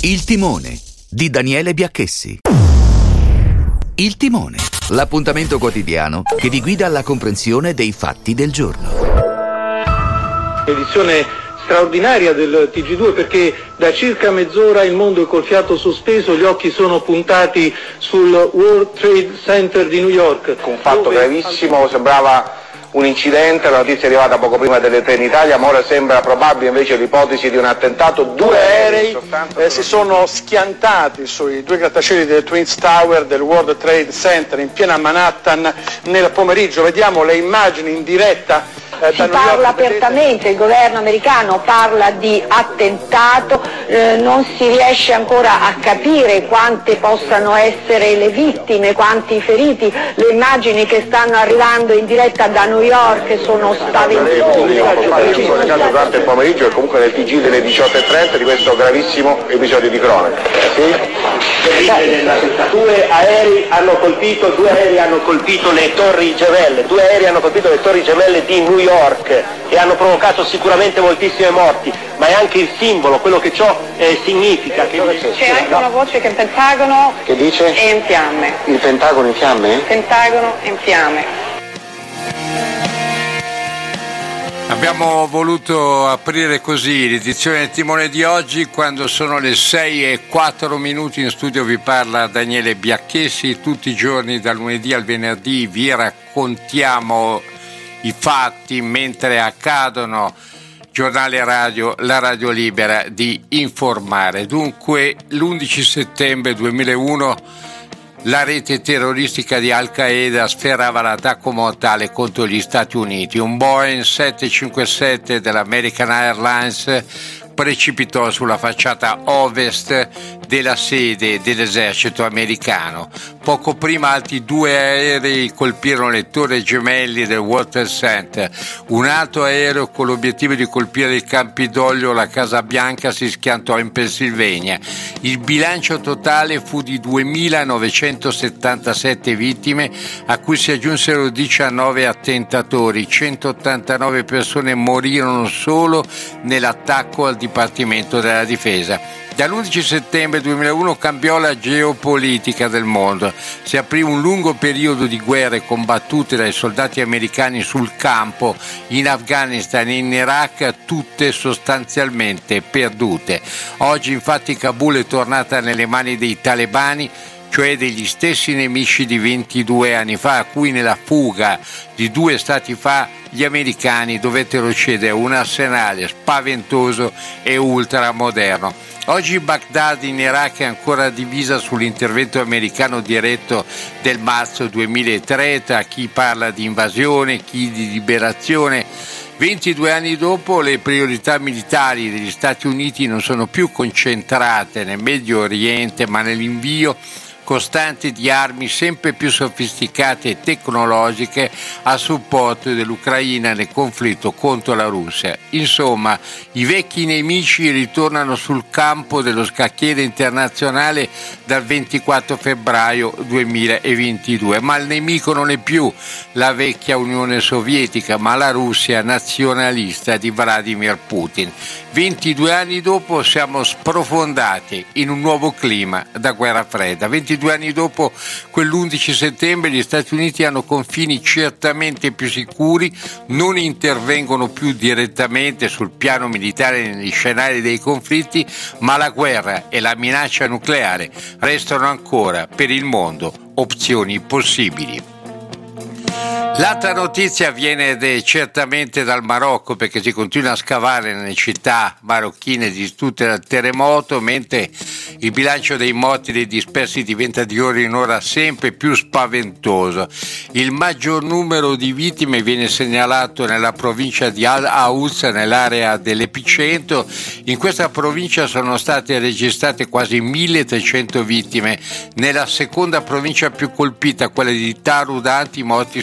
Il timone di Daniele Biacchessi. Il timone, l'appuntamento quotidiano che vi guida alla comprensione dei fatti del giorno. Edizione straordinaria del TG2 perché da circa mezz'ora il mondo è col fiato sospeso, gli occhi sono puntati sul World Trade Center di New York. Un fatto gravissimo, sembrava un incidente, la notizia è arrivata poco prima delle 3 in Italia, ma ora sembra probabile invece l'ipotesi di un attentato. Due aerei si sono schiantati sui 2 grattacieli del Twin Tower del World Trade Center in piena Manhattan nel pomeriggio. Vediamo le immagini in diretta. Si parla apertamente, il governo americano parla di attentato, non si riesce ancora a capire quante possano essere le vittime, quanti feriti. Le immagini che stanno arrivando in diretta da New York sono spaventose. Durante il pomeriggio e comunque nel TG delle 18:30 di questo gravissimo episodio di cronaca. Due aerei hanno colpito le torri gemelle, di New York e hanno provocato sicuramente moltissime morti, ma è anche il simbolo, quello che ciò significa. C'è anche una voce che il Pentagono che dice? È in fiamme. Il Pentagono in fiamme? Il Pentagono è in fiamme. Abbiamo voluto aprire così l'edizione del Timone di oggi quando sono le 6:04. In studio vi parla Daniele Biacchessi. Tutti i giorni dal lunedì al venerdì vi raccontiamo i fatti mentre accadono. Giornale radio, la radio libera di informare. Dunque l'11 settembre 2001 la rete terroristica di Al-Qaeda sferrava l'attacco mortale contro gli Stati Uniti. Un Boeing 757 dell'American Airlines precipitò sulla facciata ovest della sede dell'esercito americano. Poco prima altri 2 aerei colpirono le torri gemelli del World Trade Center. Un altro aereo con l'obiettivo di colpire il Campidoglio, la Casa Bianca, si schiantò in Pennsylvania. Il bilancio totale fu di 2.977 vittime, a cui si aggiunsero 19 attentatori. 189 persone morirono solo nell'attacco al Dipartimento della Difesa. Dall'11 settembre 2001 cambiò la geopolitica del mondo. Si aprì un lungo periodo di guerre combattute dai soldati americani sul campo in Afghanistan e in Iraq, tutte sostanzialmente perdute. Oggi infatti Kabul è tornata nelle mani dei talebani, cioè degli stessi nemici di 22 anni fa, a cui nella fuga di 2 stati fa gli americani dovettero cedere un arsenale spaventoso e ultramoderno. Oggi Baghdad in Iraq è ancora divisa sull'intervento americano diretto del marzo 2003, tra chi parla di invasione, chi di liberazione. 22 anni dopo le priorità militari degli Stati Uniti non sono più concentrate nel Medio Oriente, ma nell'invio costante di armi sempre più sofisticate e tecnologiche a supporto dell'Ucraina nel conflitto contro la Russia. Insomma, i vecchi nemici ritornano sul campo dello scacchiere internazionale dal 24 febbraio 2022, ma il nemico non è più la vecchia Unione Sovietica, ma la Russia nazionalista di Vladimir Putin. 22 anni dopo siamo sprofondati in un nuovo clima da guerra fredda. 22 anni dopo quell'11 settembre gli Stati Uniti hanno confini certamente più sicuri, non intervengono più direttamente sul piano militare negli scenari dei conflitti, ma la guerra e la minaccia nucleare restano ancora per il mondo opzioni possibili. L'altra notizia viene certamente dal Marocco, perché si continua a scavare nelle città marocchine distrutte dal terremoto, mentre il bilancio dei morti e dei dispersi diventa di ora in ora sempre più spaventoso. Il maggior numero di vittime viene segnalato nella provincia di Al-Aouz, nell'area dell'epicentro. In questa provincia sono state registrate quasi 1.300 vittime. Nella seconda provincia più colpita, quella di Taroudanti, i morti sono 4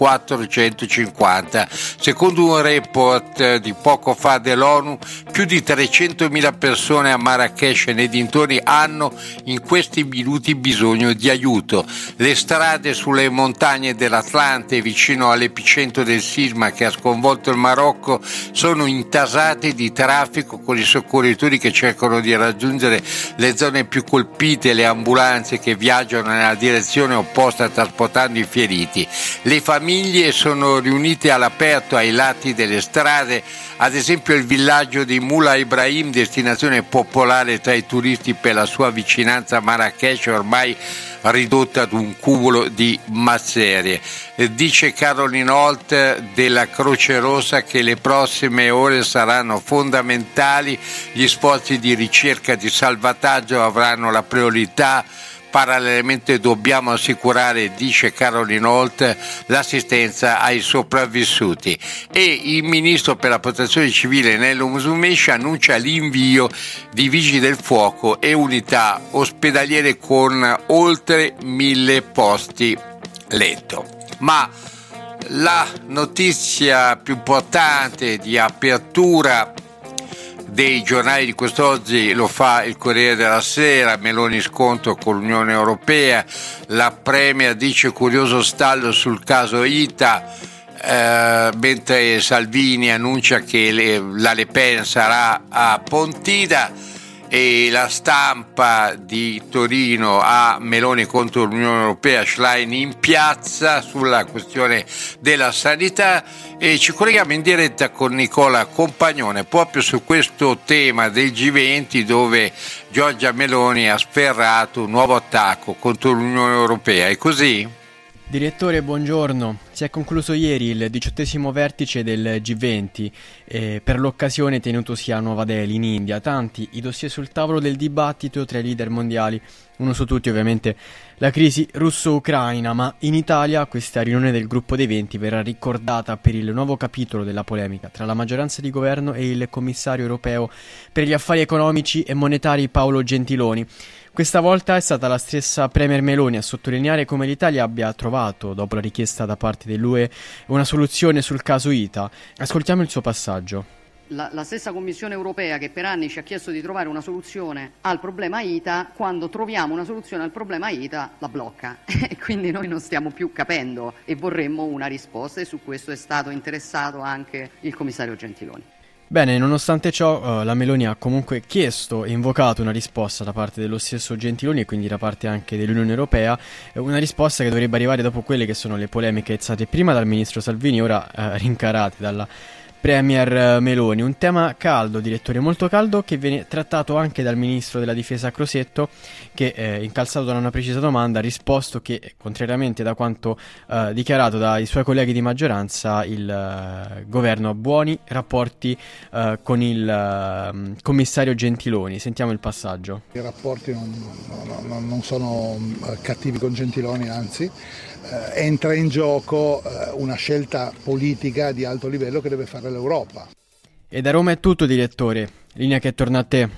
450. Secondo un report di poco fa dell'ONU, più di 300.000 persone a Marrakech e nei dintorni hanno in questi minuti bisogno di aiuto. Le strade sulle montagne dell'Atlante, vicino all'epicentro del sisma che ha sconvolto il Marocco, sono intasate di traffico, con i soccorritori che cercano di raggiungere le zone più colpite, le ambulanze che viaggiano nella direzione opposta trasportando i feriti. Le famiglie sono riunite all'aperto ai lati delle strade, ad esempio il villaggio di Moula Ibrahim, destinazione popolare tra i turisti per la sua vicinanza a Marrakech, ormai ridotta ad un cumulo di macerie. Dice Caroline Holt della Croce Rossa che le prossime ore saranno fondamentali, gli sforzi di ricerca e di salvataggio avranno la priorità. Parallelamente dobbiamo assicurare, dice Caroline Holt, l'assistenza ai sopravvissuti. E il ministro per la protezione civile Nello Musumeci annuncia l'invio di vigili del fuoco e unità ospedaliere con oltre 1.000 posti letto. Ma la notizia più importante di apertura dei giornali di quest'oggi lo fa il Corriere della Sera. Meloni scontro con l'Unione Europea, la Premier dice curioso stallo sul caso ITA, mentre Salvini annuncia che la Le Pen sarà a Pontida. E la Stampa di Torino ha Meloni contro l'Unione Europea, Schlein in piazza sulla questione della sanità, e ci colleghiamo in diretta con Nicola Compagnone proprio su questo tema del G20, dove Giorgia Meloni ha sferrato un nuovo attacco contro l'Unione Europea. È così? Direttore, buongiorno. Si è concluso ieri il 18° vertice del G20, per l'occasione tenutosi a Nuova Delhi, in India. Tanti i dossier sul tavolo del dibattito tra i leader mondiali, uno su tutti ovviamente la crisi russo-ucraina, ma in Italia questa riunione del gruppo dei 20 verrà ricordata per il nuovo capitolo della polemica tra la maggioranza di governo e il commissario europeo per gli affari economici e monetari Paolo Gentiloni. Questa volta è stata la stessa Premier Meloni a sottolineare come l'Italia abbia trovato, dopo la richiesta da parte dell'UE, una soluzione sul caso ITA. Ascoltiamo il suo passaggio. La stessa Commissione europea che per anni ci ha chiesto di trovare una soluzione al problema ITA, quando troviamo una soluzione al problema ITA la blocca, e quindi noi non stiamo più capendo e vorremmo una risposta, e su questo è stato interessato anche il commissario Gentiloni. Bene, nonostante ciò la Meloni ha comunque chiesto e invocato una risposta da parte dello stesso Gentiloni e quindi da parte anche dell'Unione Europea, una risposta che dovrebbe arrivare dopo quelle che sono le polemiche aizzate prima dal ministro Salvini, ora rincarate dalla Premier Meloni. Un tema caldo, direttore, molto caldo, che viene trattato anche dal ministro della difesa Crosetto, che incalzato da una precisa domanda ha risposto che, contrariamente da quanto dichiarato dai suoi colleghi di maggioranza, il governo ha buoni rapporti con il commissario Gentiloni. Sentiamo il passaggio. I rapporti non sono cattivi con Gentiloni, anzi entra in gioco una scelta politica di alto livello che deve fare l'Europa. E da Roma è tutto, direttore. Linea che torna a te.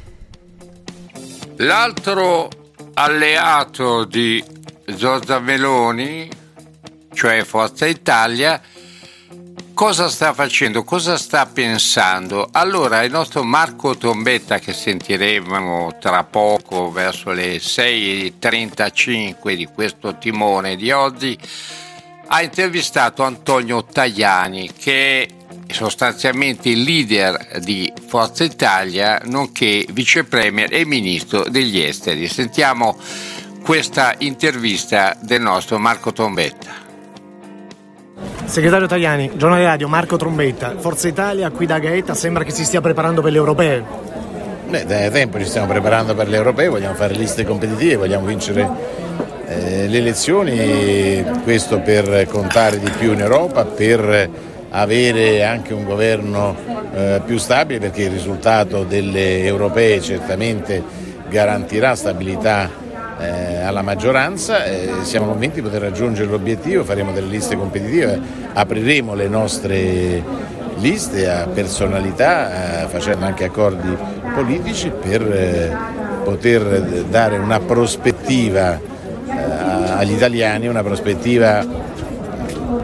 L'altro alleato di Giorgia Meloni, cioè Forza Italia, cosa sta facendo? Cosa sta pensando? Allora, il nostro Marco Trombetta, che sentiremo tra poco verso le 6:35 di questo timone di oggi, ha intervistato Antonio Tajani, che è sostanzialmente il leader di Forza Italia, nonché vice premier e ministro degli esteri. Sentiamo questa intervista del nostro Marco Trombetta. Segretario Tajani, giornale radio, Marco Trombetta. Forza Italia qui da Gaeta sembra che si stia preparando per le europee. Da tempo ci stiamo preparando per le europee, vogliamo fare liste competitive, vogliamo vincere le elezioni, questo per contare di più in Europa, per avere anche un governo più stabile, perché il risultato delle europee certamente garantirà stabilità alla maggioranza. Siamo convinti di poter raggiungere l'obiettivo, faremo delle liste competitive, apriremo le nostre liste a personalità, facendo anche accordi politici per poter dare una prospettiva agli italiani, una prospettiva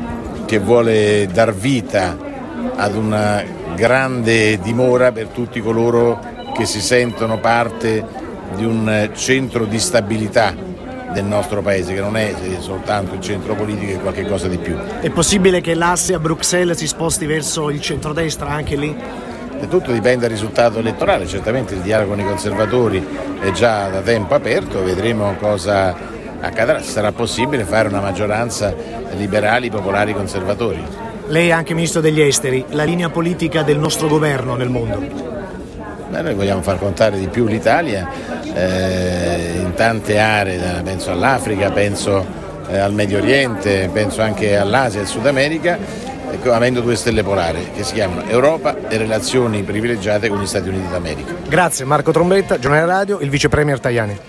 che vuole dar vita ad una grande dimora per tutti coloro che si sentono parte di un centro di stabilità del nostro paese, che non è soltanto il centro politico, è qualche cosa di più. È possibile che l'asse a Bruxelles si sposti verso il centrodestra anche lì? E tutto dipende dal risultato elettorale, certamente il dialogo con i conservatori è già da tempo aperto, vedremo cosa accadrà, se sarà possibile fare una maggioranza liberali, popolari, conservatori. Lei è anche ministro degli esteri, la linea politica del nostro governo nel mondo? Noi vogliamo far contare di più l'Italia in tante aree, penso all'Africa, penso al Medio Oriente, penso anche all'Asia e al Sud America, avendo due stelle polari che si chiamano Europa e relazioni privilegiate con gli Stati Uniti d'America. Grazie Marco Trombetta, Giornale Radio, il vice premier Tajani.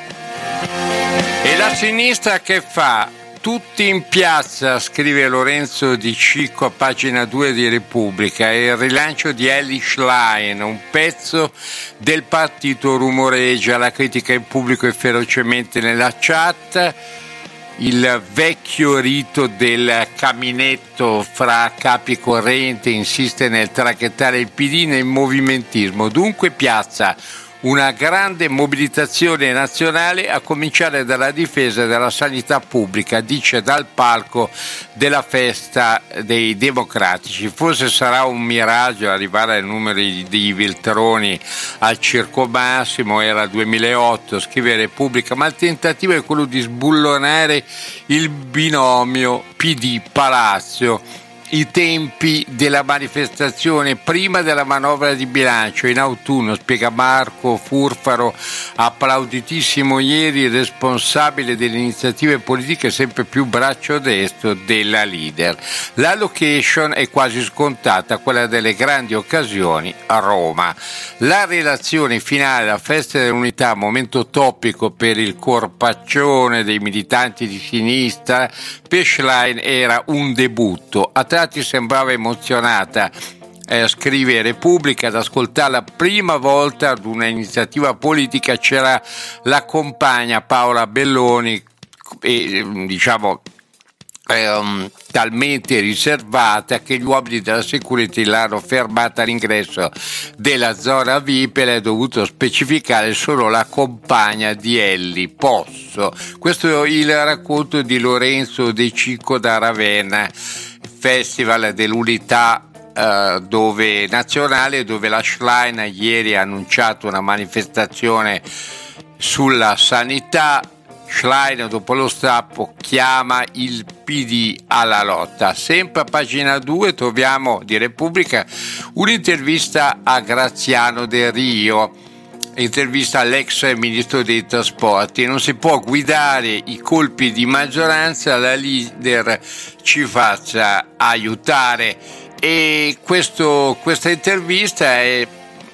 E la sinistra che fa? Tutti in piazza, scrive Lorenzo Di Cicco a pagina 2 di Repubblica, e il rilancio di Elly Schlein, un pezzo del partito rumoreggia, la critica in pubblico e ferocemente nella chat, il vecchio rito del caminetto fra capi corrente insiste nel traghettare il PD nel movimentismo, dunque piazza. Una grande mobilitazione nazionale a cominciare dalla difesa della sanità pubblica, dice dal palco della festa dei democratici. Forse sarà un miraggio arrivare al numero di Veltroni al circo massimo, era 2008, scrive Repubblica, ma il tentativo è quello di sbullonare il binomio PD-Palazzo. I tempi della manifestazione prima della manovra di bilancio in autunno, spiega Marco Furfaro, applauditissimo ieri, responsabile delle iniziative politiche, sempre più braccio destro della leader. La location è quasi scontata, quella delle grandi occasioni a Roma. La relazione finale, la festa dell'unità, momento topico per il corpaccione dei militanti di sinistra, per Schlein era un debutto. A tratti sembrava emozionata, scrive Repubblica, ad ascoltarla prima volta ad una iniziativa politica c'era la compagna Paola Belloni, talmente riservata che gli uomini della security l'hanno fermata all'ingresso della zona VIP e le ha dovuto specificare solo la compagna di Elly. Posso? Questo è il racconto di Lorenzo De Cicco da Ravenna, Festival dell'Unità nazionale, dove la Schlein ieri ha annunciato una manifestazione sulla sanità. Schlein, dopo lo strappo, chiama il PD alla lotta. Sempre a pagina 2 troviamo di Repubblica un'intervista a Graziano Del Rio, intervista all'ex ministro dei trasporti. Non si può guidare i colpi di maggioranza, la leader ci faccia aiutare. E questa intervista è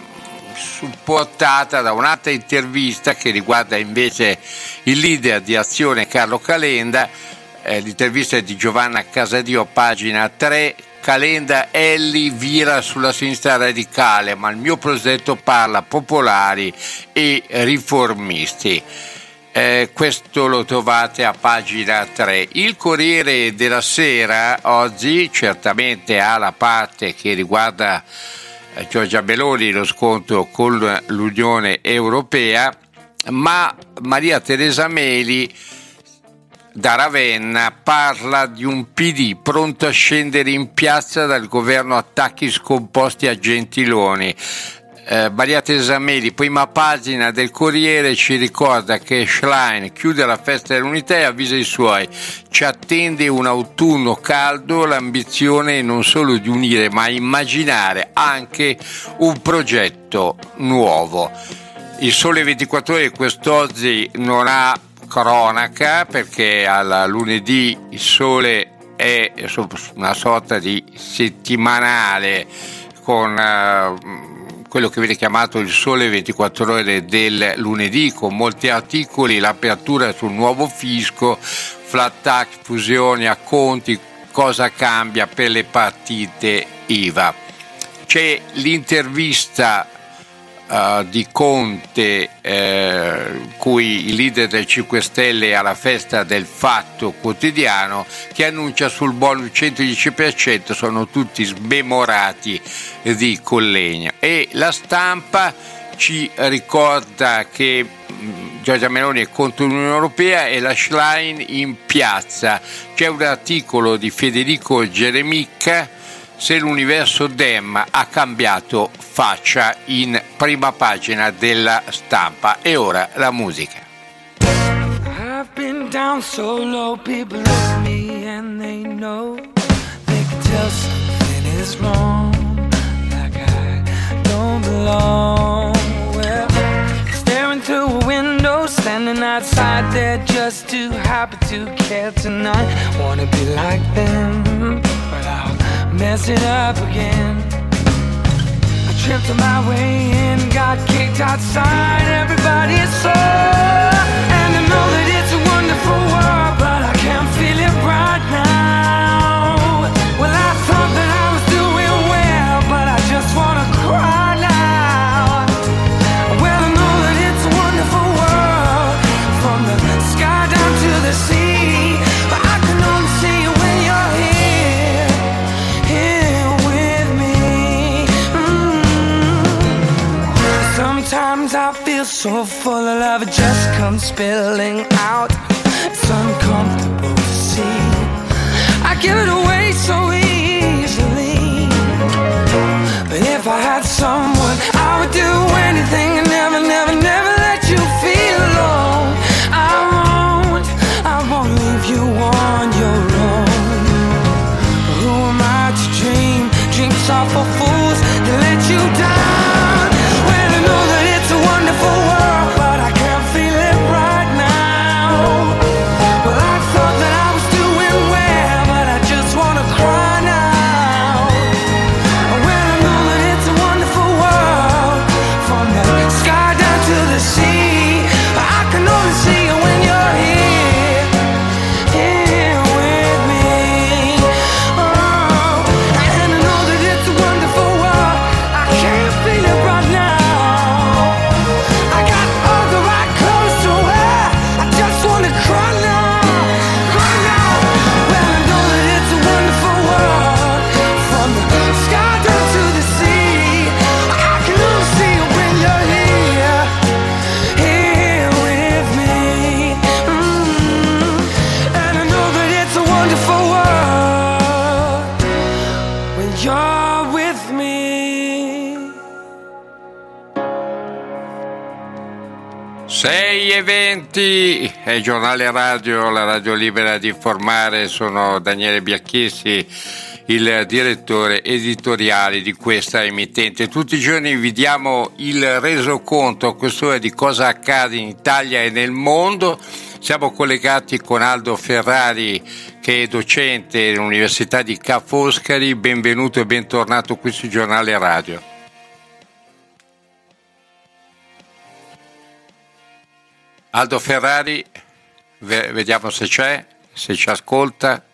supportata da un'altra intervista che riguarda invece il leader di Azione Carlo Calenda. L'intervista è di Giovanna Casadio, pagina 3. Calenda: Elly vira sulla sinistra radicale, ma il mio progetto parla popolari e riformisti. Questo lo trovate a pagina 3. Il Corriere della Sera oggi certamente ha la parte che riguarda Giorgia Meloni, lo scontro con l'Unione Europea, ma Maria Teresa Meli da Ravenna parla di un PD pronto a scendere in piazza dal governo attacchi scomposti a Gentiloni. Maria Teresa Meli, prima pagina del Corriere, ci ricorda che Schlein chiude la festa dell'unità e avvisa i suoi: ci attende un autunno caldo, l'ambizione è non solo di unire ma immaginare anche un progetto nuovo. Il Sole 24 Ore quest'oggi non ha cronaca, perché al lunedì il Sole è una sorta di settimanale con quello che viene chiamato il Sole 24 Ore del lunedì, con molti articoli, l'apertura sul nuovo fisco, flat tax, fusioni, acconti, cosa cambia per le partite IVA. C'è l'intervista di Conte, cui il leader del 5 Stelle è alla festa del Fatto Quotidiano, che annuncia sul bonus 110%, sono tutti smemorati di Collegno. E La Stampa ci ricorda che Giorgia Meloni è contro l'Unione Europea e la Schlein in piazza. C'è un articolo di Federico Geremicca, se l'universo Dem ha cambiato faccia, in prima pagina della Stampa. E ora la musica. I've been down so low, people look at me and they know they can tell something is wrong, like I don't belong. Well, staring through a window, standing outside there just too happy to care tonight. Wanna be like them, but I'll mess it up again. I tripped on my way in, got kicked outside, everybody is so. And I know that it's a wonderful world, but I can't feel it right now. Well, I thought that I was doing well, but I just wanna cry now. Well, I know that it's a wonderful world, from the sky down to the sea, but I can only see you when you're here, here with me. Sometimes I feel so full of love, it just comes spilling out. It's uncomfortable to see, I give it away so easily. But if I had someone, I would do anything and never, never, never let you feel alone. I won't leave you on your own. Who am I to dream dreams are for fools to let you down? Well, I know that it's a wonderful world, but I can't feel it right now. Well, I thought that I was doing well, but I just wanna cry now. Well, I know that it's a wonderful world, from the sky down to the sea, but I can only see you when you're here, here with me. Oh, and I know that it's a wonderful world, I can't feel it right now. I got all the right clothes to wear, I just wanna cry now, cry now. Well, I know that it's a wonderful world, from the sky down to the sea, I can only see you when you're here, here with me. And I know that it's a wonderful world when you're with me. 6:20 è il giornale radio, la radio libera di informare. Sono Daniele Biacchessi, il direttore editoriale di questa emittente. Tutti i giorni vi diamo il resoconto a quest'ora di cosa accade in Italia e nel mondo. Siamo collegati con Aldo Ferrari, che è docente all'Università di Ca' Foscari. Benvenuto e bentornato qui sul giornale radio. Aldo Ferrari, vediamo se c'è, se ci ascolta.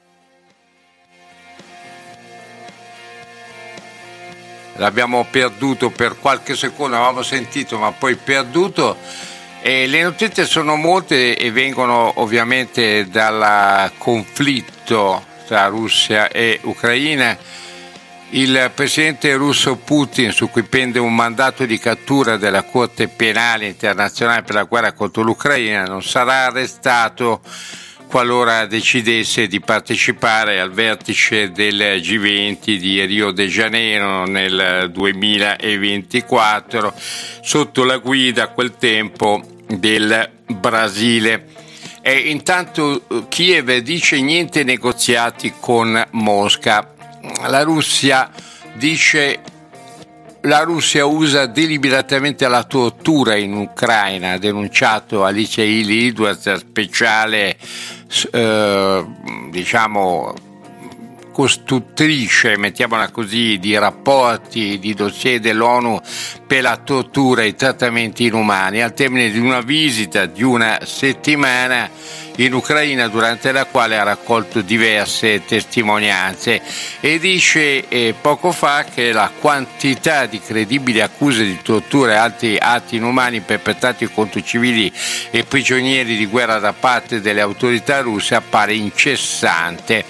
L'abbiamo perduto per qualche secondo, avevamo sentito ma poi perduto. E le notizie sono molte e vengono ovviamente dal conflitto tra Russia e Ucraina. Il presidente russo Putin, su cui pende un mandato di cattura della Corte Penale Internazionale per la guerra contro l'Ucraina, non sarà arrestato qualora decidesse di partecipare al vertice del G20 di Rio de Janeiro nel 2024 sotto la guida a quel tempo del Brasile. E intanto Kiev dice niente negoziati con Mosca. La Russia dice la Russia usa deliberatamente la tortura in Ucraina, ha denunciato Alice Edwards, speciale costruttrice, mettiamola così, di rapporti, di dossier dell'ONU per la tortura e i trattamenti inumani, al termine di una visita di una settimana in Ucraina, durante la quale ha raccolto diverse testimonianze, e dice poco fa che la quantità di credibili accuse di tortura e altri atti inumani perpetrati contro civili e prigionieri di guerra da parte delle autorità russe appare incessante.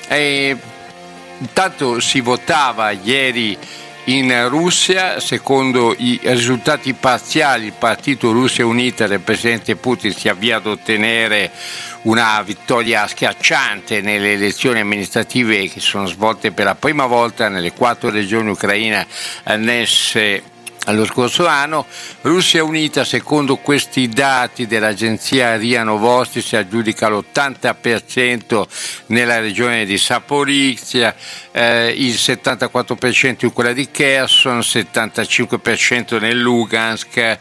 Intanto si votava ieri in Russia. Secondo i risultati parziali, il partito Russia Unita del presidente Putin si avvia ad ottenere una vittoria schiacciante nelle elezioni amministrative che sono svolte per la prima volta nelle 4 regioni ucraine annesse lo scorso anno. Russia Unita, secondo questi dati dell'agenzia RIA Novosti, si aggiudica l'80% nella regione di Zaporizhzhia, il 74% in quella di Kherson, 75% nel Lugansk,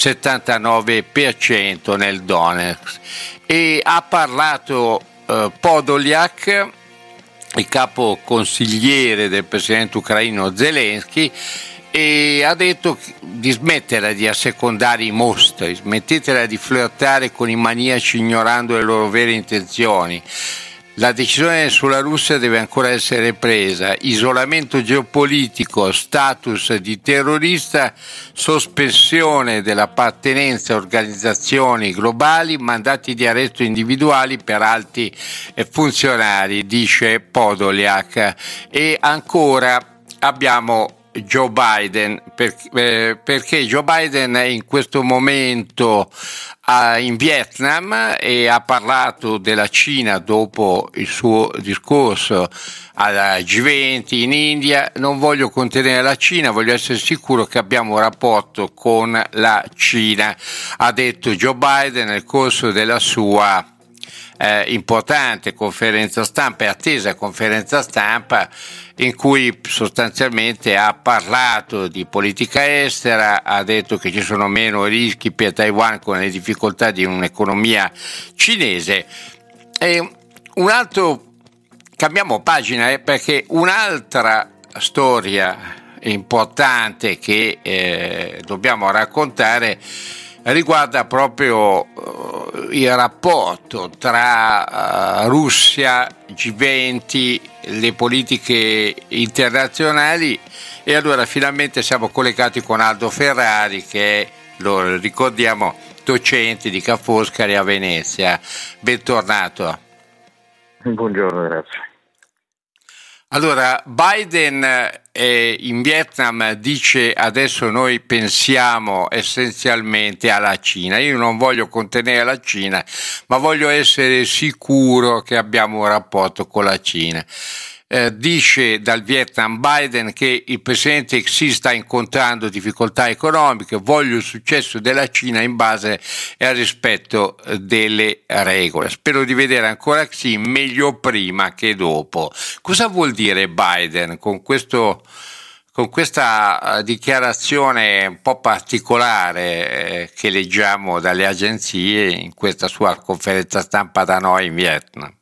79% nel Donetsk. E ha parlato Podolyak, il capo consigliere del presidente ucraino Zelensky, e ha detto di smettere di assecondare i mostri, smettetela di flirtare con i maniaci ignorando le loro vere intenzioni. La decisione sulla Russia deve ancora essere presa: isolamento geopolitico, status di terrorista, sospensione dell'appartenenza a organizzazioni globali, mandati di arresto individuali per alti funzionari, dice Podolyak. E ancora abbiamo Joe Biden, perché Joe Biden è in questo momento in Vietnam e ha parlato della Cina dopo il suo discorso alla G20 in India. Non voglio contenere la Cina, voglio essere sicuro che abbiamo un rapporto con la Cina, ha detto Joe Biden nel corso della sua importante conferenza stampa e attesa conferenza stampa, in cui sostanzialmente ha parlato di politica estera, ha detto che ci sono meno rischi per Taiwan con le difficoltà di un'economia cinese. E un altro, cambiamo pagina, perché un'altra storia importante che dobbiamo raccontare riguarda proprio il rapporto tra Russia, G20, le politiche internazionali. E allora finalmente siamo collegati con Aldo Ferrari, che è, lo ricordiamo, docente di Ca' Foscari a Venezia. Bentornato. Buongiorno, grazie. Allora, Biden in Vietnam dice: adesso noi pensiamo essenzialmente alla Cina. Io non voglio contenere la Cina, ma voglio essere sicuro che abbiamo un rapporto con la Cina. Dice dal Vietnam Biden che il presidente Xi sta incontrando difficoltà economiche, voglio il successo della Cina in base al rispetto delle regole. Spero di vedere ancora Xi, meglio prima che dopo. Cosa vuol dire Biden con questa dichiarazione un po' particolare che leggiamo dalle agenzie in questa sua conferenza stampa da noi in Vietnam?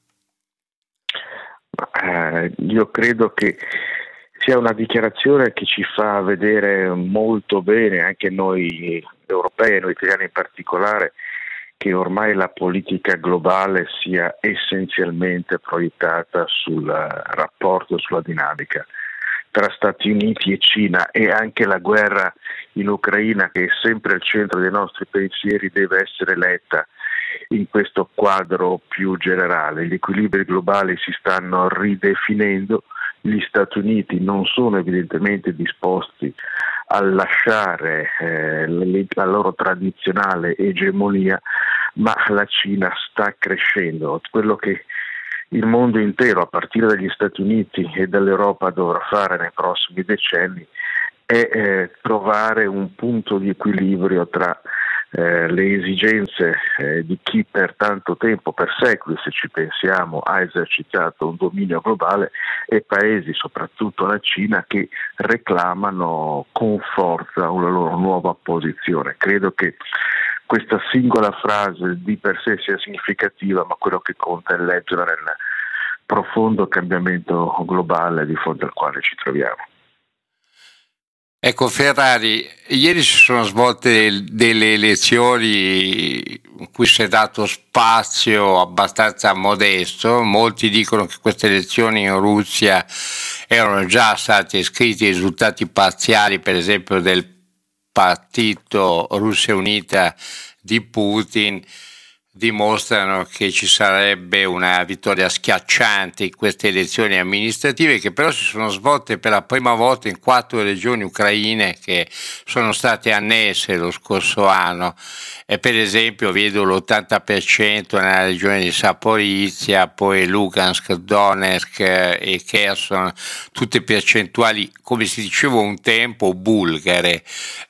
Io credo che sia una dichiarazione che ci fa vedere molto bene, anche noi europei, noi italiani in particolare, che ormai la politica globale sia essenzialmente proiettata sul rapporto, sulla dinamica tra Stati Uniti e Cina, e anche la guerra in Ucraina, che è sempre al centro dei nostri pensieri, deve essere letta in questo quadro più generale. Gli equilibri globali si stanno ridefinendo, gli Stati Uniti non sono evidentemente disposti a lasciare la loro tradizionale egemonia, ma la Cina sta crescendo. Quello che il mondo intero, a partire dagli Stati Uniti e dall'Europa, dovrà fare nei prossimi decenni è trovare un punto di equilibrio tra le esigenze di chi per tanto tempo, per secoli, se ci pensiamo, ha esercitato un dominio globale, e paesi, soprattutto la Cina, che reclamano con forza una loro nuova posizione. Credo che questa singola frase di per sé sia significativa, ma quello che conta è leggerla profondo cambiamento globale di fronte al quale ci troviamo. Ecco Ferrari, ieri si sono svolte delle elezioni in cui si è dato spazio abbastanza modesto. Molti dicono che queste elezioni in Russia erano già stati iscritti i risultati parziali, per esempio del partito Russia Unita di Putin, dimostrano che ci sarebbe una vittoria schiacciante in queste elezioni amministrative, che però si sono svolte per la prima volta in 4 regioni ucraine che sono state annesse lo scorso anno. E per esempio vedo l'80% nella regione di Zaporizhzhia, poi Lugansk, Donetsk e Kherson, tutte percentuali, come si diceva un tempo, bulgare.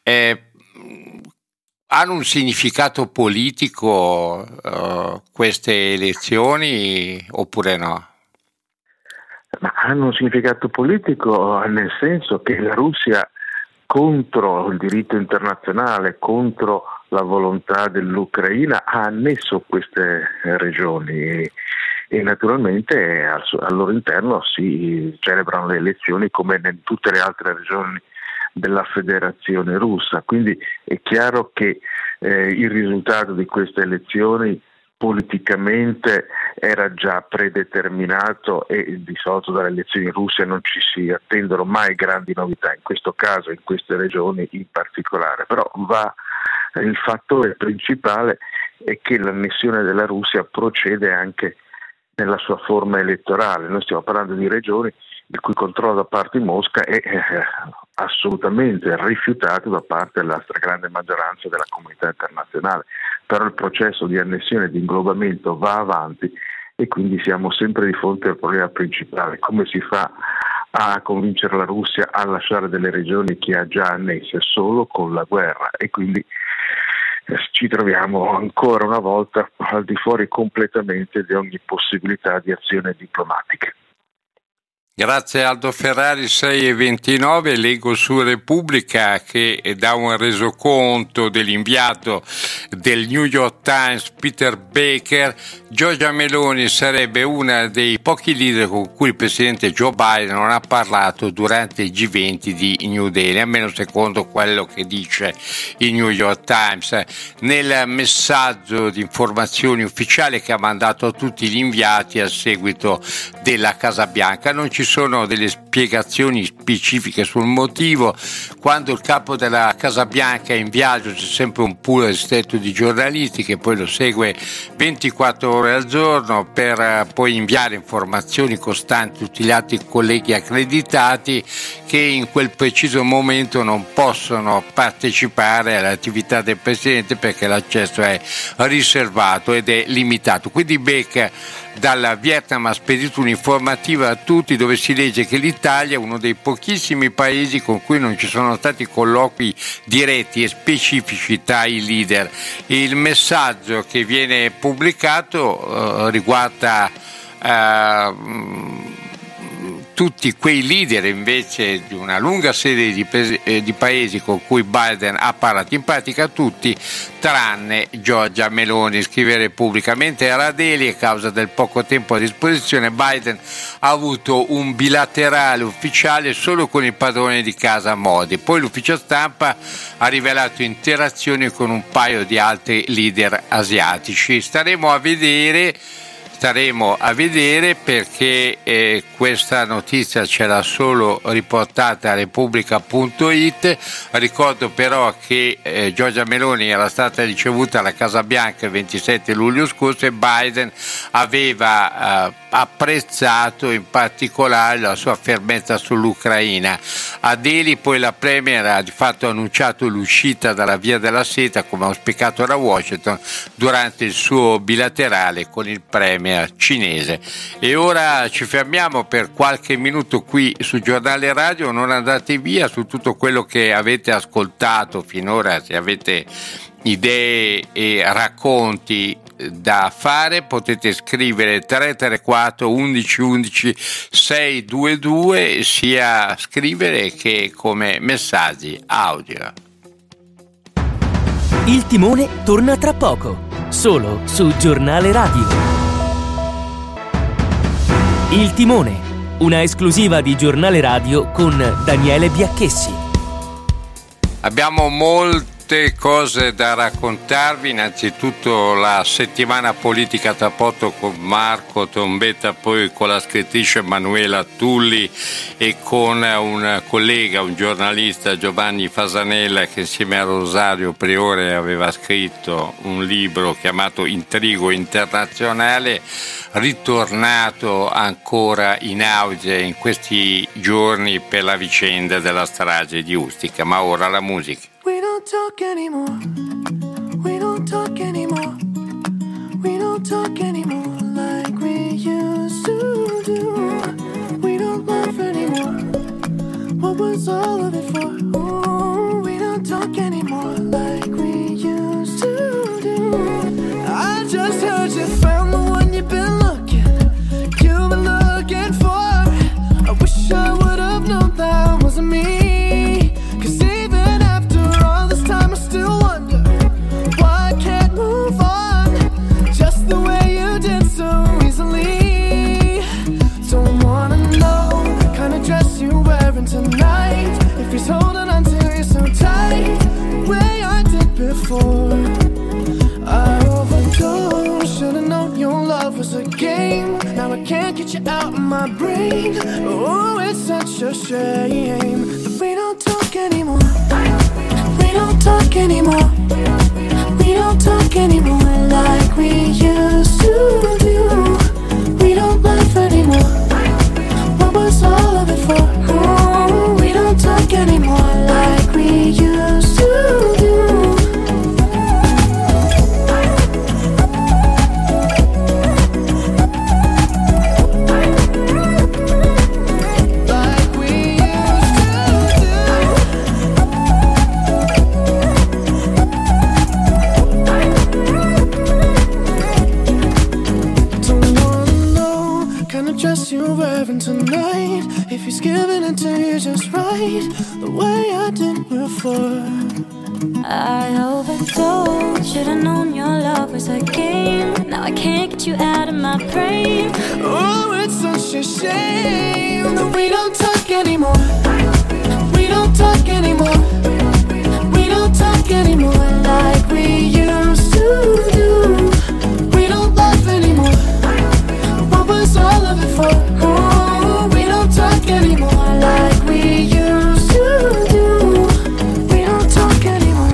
Hanno un significato politico queste elezioni oppure no? Ma hanno un significato politico nel senso che la Russia, contro il diritto internazionale, contro la volontà dell'Ucraina, ha annesso queste regioni e naturalmente al loro interno si celebrano le elezioni come in tutte le altre regioni della Federazione Russa, quindi è chiaro che il risultato di queste elezioni politicamente era già predeterminato e di solito dalle elezioni in Russia non ci si attendono mai grandi novità, in questo caso, in queste regioni in particolare, però il fattore principale è che l'annessione della Russia procede anche nella sua forma elettorale. Noi stiamo parlando di regioni il cui controllo da parte di Mosca è assolutamente rifiutato da parte della stragrande maggioranza della comunità internazionale, però il processo di annessione e di inglobamento va avanti e quindi siamo sempre di fronte al problema principale: come si fa a convincere la Russia a lasciare delle regioni che ha già annesse? Solo con la guerra, e quindi ci troviamo ancora una volta al di fuori completamente di ogni possibilità di azione diplomatica. Grazie Aldo Ferrari, 6:29, leggo su Repubblica che dà un resoconto dell'inviato del New York Times Peter Baker. Giorgia Meloni sarebbe una dei pochi leader con cui il presidente Joe Biden non ha parlato durante il G20 di New Delhi, almeno secondo quello che dice il New York Times. Nel messaggio di informazioni ufficiale che ha mandato a tutti gli inviati a seguito della Casa Bianca non ci sono delle spiegazioni specifiche sul motivo. Quando il capo della Casa Bianca è in viaggio c'è sempre un pool ristretto di giornalisti che poi lo segue 24 ore al giorno per poi inviare informazioni costanti a tutti gli altri colleghi accreditati che in quel preciso momento non possono partecipare all'attività del Presidente perché l'accesso è riservato ed è limitato. Quindi Beck dalla Vietnam ha spedito un'informativa a tutti dove si legge che l'Italia è uno dei pochissimi paesi con cui non ci sono stati colloqui diretti e specifici tra i leader. Il messaggio che viene pubblicato riguarda tutti quei leader invece di una lunga serie di paesi con cui Biden ha parlato, in pratica tutti tranne Giorgia Meloni. Scrive Repubblica: mentre era a Delhi, a causa del poco tempo a disposizione, Biden ha avuto un bilaterale ufficiale solo con il padrone di casa Modi. Poi l'ufficio stampa ha rivelato interazioni con un paio di altri leader asiatici. Staremo a vedere perché questa notizia ce l'ha solo riportata a Repubblica.it. Ricordo però che Giorgia Meloni era stata ricevuta alla Casa Bianca il 27 luglio scorso e Biden aveva apprezzato in particolare la sua fermezza sull'Ucraina. A Delhi poi la Premier ha di fatto annunciato l'uscita dalla Via della Seta, come auspicato da Washington, durante il suo bilaterale con il Premier cinese. E ora ci fermiamo per qualche minuto qui su Giornale Radio. Non andate via su tutto quello che avete ascoltato finora. Se avete idee e racconti da fare potete scrivere 334 11 11 622 sia scrivere che come messaggi audio. Il timone torna tra poco, solo su Giornale Radio. Il Timone, una esclusiva di Giornale Radio con Daniele Biacchessi. Abbiamo molte cose da raccontarvi, innanzitutto la settimana politica tra poco con Marco Trombetta, poi con la scrittrice Manuela Tulli e con un collega, un giornalista, Giovanni Fasanella, che insieme a Rosario Priore aveva scritto un libro chiamato Intrigo Internazionale, ritornato ancora in auge in questi giorni per la vicenda della strage di Ustica. Ma ora la musica. We don't talk anymore. We don't talk anymore. We don't talk anymore like we used to do. We don't laugh anymore. What was all of it for? Ooh, we don't talk anymore like we used to do. I just heard you found the one you've been looking for. I wish I would have known that wasn't me. 'Cause even after all this time I still wonder why I can't move on just the way you did so easily. Don't wanna know the kind of dress you're wearing tonight, if he's holding on to you so tight the way I did before. I overdosed, should've known your love was a game. Now I can't get you out of my brain. Oh, it's such a shame that we don't talk anymore. We don't talk anymore. We don't talk anymore like we used to do. We don't laugh anymore. What was all of it for? Oh, we don't talk anymore like we used to do. Dress you're wearing tonight, if he's giving it to you just right, the way I did before. I overdosed, should've known your love was a game. Now I can't get you out of my brain. Oh, it's such a shame that we don't talk anymore. We don't talk anymore. We don't talk anymore like we used to do. We don't laugh anymore. All of it for, oh, we don't talk anymore like we used to do. We don't talk anymore.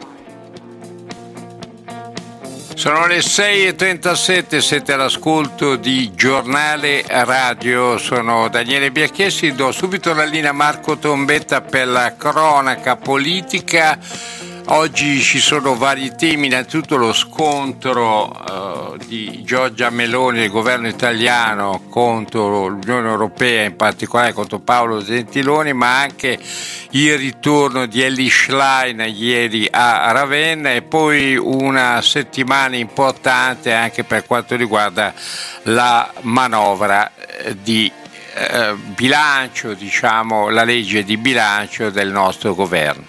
Sono le 6:37, siete all'ascolto di Giornale Radio, sono Daniele Biacchessi, do subito la linea a Marco Trombetta per la cronaca politica. Oggi ci sono vari temi, innanzitutto lo scontro di Giorgia Meloni e il governo italiano contro l'Unione Europea, in particolare contro Paolo Gentiloni, ma anche il ritorno di Elly Schlein ieri a Ravenna e poi una settimana importante anche per quanto riguarda la manovra di bilancio, diciamo la legge di bilancio del nostro governo.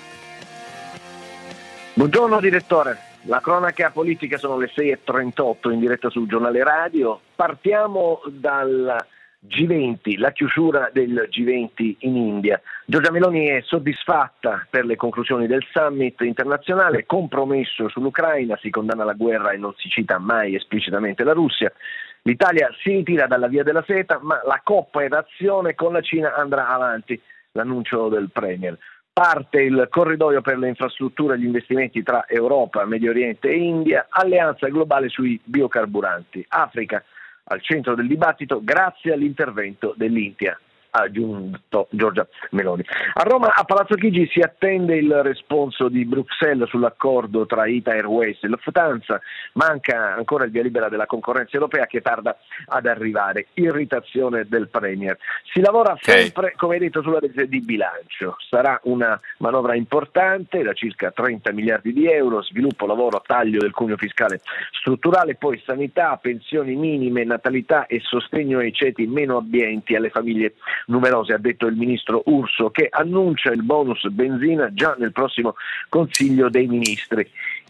Buongiorno direttore, la cronaca politica sono le 6:38 in diretta sul Giornale Radio. Partiamo dal G20, la chiusura del G20 in India. Giorgia Meloni è soddisfatta per le conclusioni del summit internazionale, compromesso sull'Ucraina, si condanna la guerra e non si cita mai esplicitamente la Russia. L'Italia si ritira dalla via della seta, ma la cooperazione con la Cina andrà avanti, l'annuncio del Premier. Parte il corridoio per le infrastrutture e gli investimenti tra Europa, Medio Oriente e India, alleanza globale sui biocarburanti. Africa al centro del dibattito grazie all'intervento dell'India, ha aggiunto Giorgia Meloni. A Roma, a Palazzo Chigi, si attende il responso di Bruxelles sull'accordo tra Ita Airways e Lufthansa. Manca ancora il via libera della concorrenza europea che tarda ad arrivare. Irritazione del Premier. Si lavora sempre, come detto, sulla legge di bilancio. Sarà una manovra importante da circa 30 miliardi di euro, sviluppo, lavoro, taglio del cuneo fiscale strutturale, poi sanità, pensioni minime, natalità e sostegno ai ceti meno abbienti, alle famiglie numerose, ha detto il ministro Urso, che annuncia il bonus benzina già nel prossimo Consiglio dei Ministri.